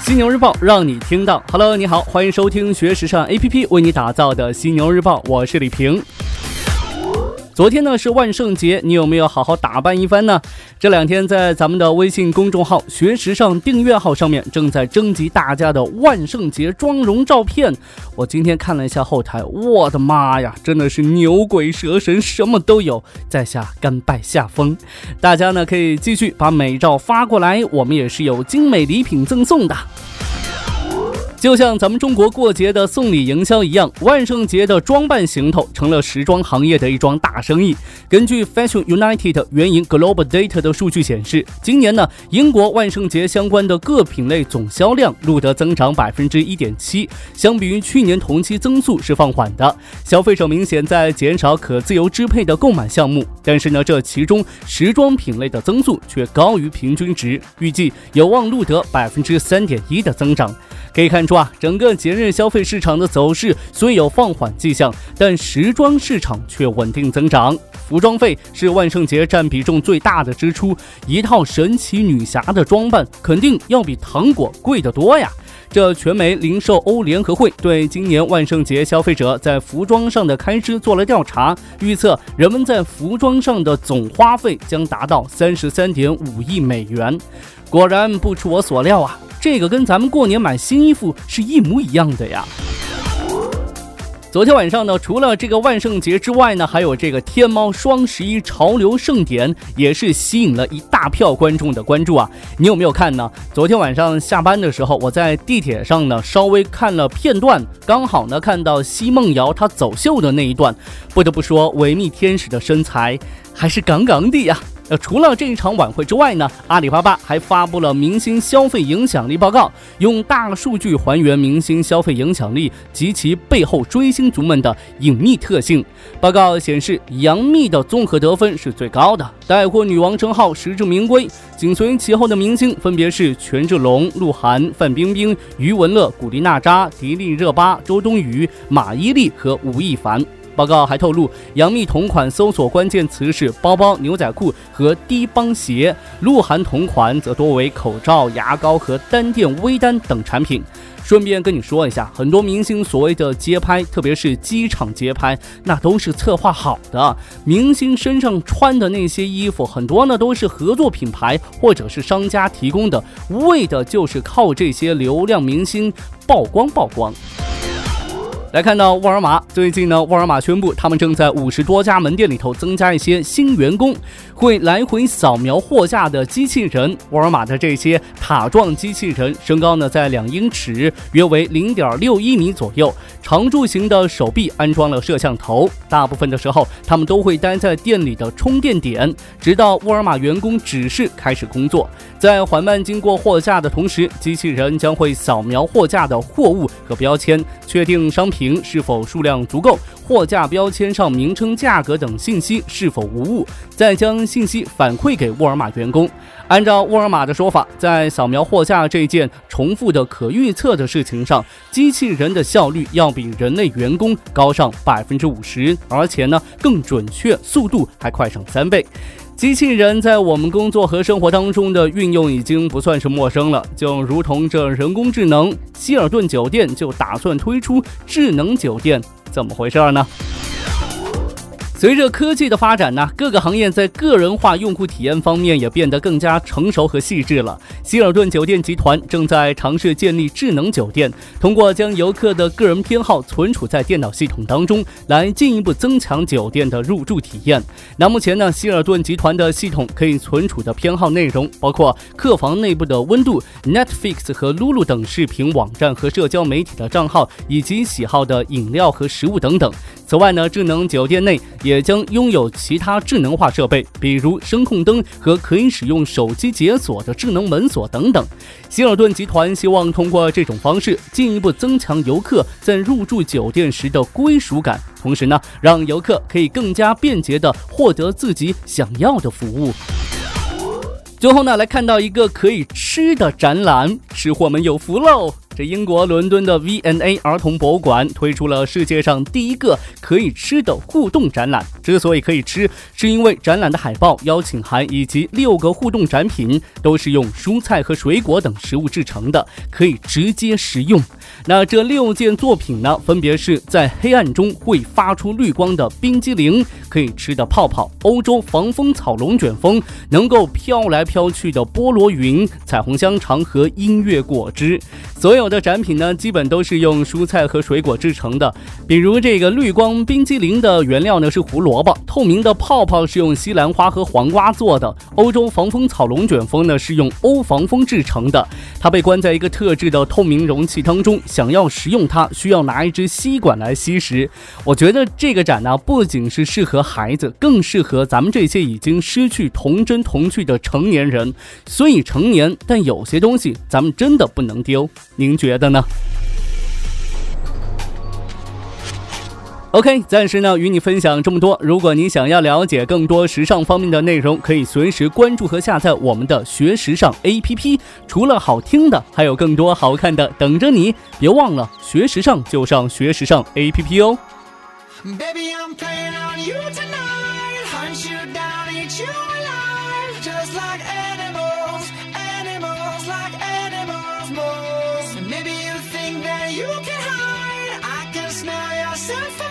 犀牛日报让你听到。 Hello， 你好，欢迎收听学时尚 APP 为你打造的犀牛日报，我是李平。昨天呢是万圣节，你有没有好好打扮一番呢？这两天在咱们的微信公众号学时尚订阅号上面正在征集大家的万圣节妆容照片。我今天看了一下后台，我的妈呀，真的是牛鬼蛇神什么都有，在下甘拜下风。大家呢可以继续把美照发过来，我们也是有精美礼品赠送的。就像咱们中国过节的送礼营销一样，万圣节的装扮行头成了时装行业的一桩大生意。根据 Fashion United 援引 Global Data 的数据显示，今年呢，英国万圣节相关的各品类总销量录得增长 1.7%， 相比于去年同期增速是放缓的。消费者明显在减少可自由支配的购买项目，但是呢，这其中时装品类的增速却高于平均值，预计有望录得 3.1% 的增长。可以看出啊，整个节日消费市场的走势虽有放缓迹象，但时装市场却稳定增长。服装费是万圣节占比重最大的支出，一套神奇女侠的装扮肯定要比糖果贵得多呀。这全美零售欧联合会对今年万圣节消费者在服装上的开支做了调查，预测人们在服装上的总花费将达到 33.5亿美元。果然不出我所料啊，这个跟咱们过年买新衣服是一模一样的呀。昨天晚上呢，除了这个万圣节之外呢，还有这个天猫双11潮流盛典，也是吸引了一大票观众的关注啊。你有没有看呢？昨天晚上下班的时候，我在地铁上呢稍微看了片段，刚好呢看到奚梦瑶她走秀的那一段，不得不说维密天使的身材还是杠杠的呀。除了这一场晚会之外呢，阿里巴巴还发布了明星消费影响力报告，用大数据还原明星消费影响力及其背后追星族们的隐秘特性。报告显示，杨幂的综合得分是最高的，带货女王称号实至名归。紧随其后的明星分别是权志龙、鹿晗、范冰冰、余文乐、古力娜扎、迪丽热巴、周冬雨、马伊琍和吴亦凡。报告还透露，杨幂同款搜索关键词是包包、牛仔裤和低帮鞋，鹿晗同款则多为口罩、牙膏和单店微单等产品。顺便跟你说一下，很多明星所谓的街拍，特别是机场街拍，那都是策划好的。明星身上穿的那些衣服，很多呢都是合作品牌或者是商家提供的，为的就是靠这些流量明星曝光。来看到沃尔玛，最近呢，沃尔玛宣布他们正在50多家门店里头增加一些新员工，会来回扫描货架的机器人。沃尔玛的这些塔状机器人身高呢在2英尺，约为 0.61米左右，常驻型的手臂安装了摄像头。大部分的时候，他们都会待在店里的充电点，直到沃尔玛员工指示开始工作。在缓慢经过货架的同时，机器人将会扫描货架的货物和标签，确定商品是否数量足够，货架标签上名称、价格等信息是否无误，再将信息反馈给沃尔玛员工。按照沃尔玛的说法，在扫描货架这件重复的可预测的事情上，机器人的效率要比人类员工高上 50%， 而且呢更准确，速度还快上3倍。机器人在我们工作和生活当中的运用已经不算是陌生了，就如同这人工智能，希尔顿酒店就打算推出智能酒店，怎么回事呢？随着科技的发展呢，各个行业在个人化用户体验方面也变得更加成熟和细致了。希尔顿酒店集团正在尝试建立智能酒店，通过将游客的个人偏好存储在电脑系统当中，来进一步增强酒店的入住体验。那目前呢，希尔顿集团的系统可以存储的偏好内容包括客房内部的温度、Netflix 和 Lulu 等视频网站和社交媒体的账号，以及喜好的饮料和食物等等。此外呢，智能酒店内也将拥有其他智能化设备，比如声控灯和可以使用手机解锁的智能门锁等等。希尔顿集团希望通过这种方式进一步增强游客在入住酒店时的归属感，同时呢，让游客可以更加便捷地获得自己想要的服务。最后呢，来看到一个可以吃的展览，吃货们有福喽！ 这英国伦敦的 V&A 儿童博物馆推出了世界上第一个可以吃的互动展览。之所以可以吃，是因为展览的海报、邀请函以及6个互动展品都是用蔬菜和水果等食物制成的，可以直接食用。那这6件作品呢，分别是在黑暗中会发出绿光的冰激凌，可以吃的泡泡，欧洲防风草龙卷风，能够飘来飘去的菠萝云，彩虹香肠和音乐果汁。所有的展品呢，基本都是用蔬菜和水果制成的，比如这个绿光冰激凌的原料呢是胡萝卜，透明的泡泡是用西兰花和黄瓜做的，欧洲防风草龙卷风呢是用欧防风制成的，它被关在一个特制的透明容器当中，想要食用它需要拿一支吸管来吸食。我觉得这个展呢，不仅是适合孩子，更适合咱们这些已经失去童真童趣的成年人。虽已成年，但有些东西咱们真的不能丢，您觉得呢？OK， 暂时呢与你分享这么多。如果你想要了解更多时尚方面的内容，可以随时关注和下载我们的学时尚 APP。除了好听的，还有更多好看的等着你。别忘了学时尚就上学时尚 APP 哦。Baby, I'm playing on you tonight. Hunt you down, eat you alive. Just like animals, animals, like animals, moles. Maybe you think that you can hide. I can smell yourself.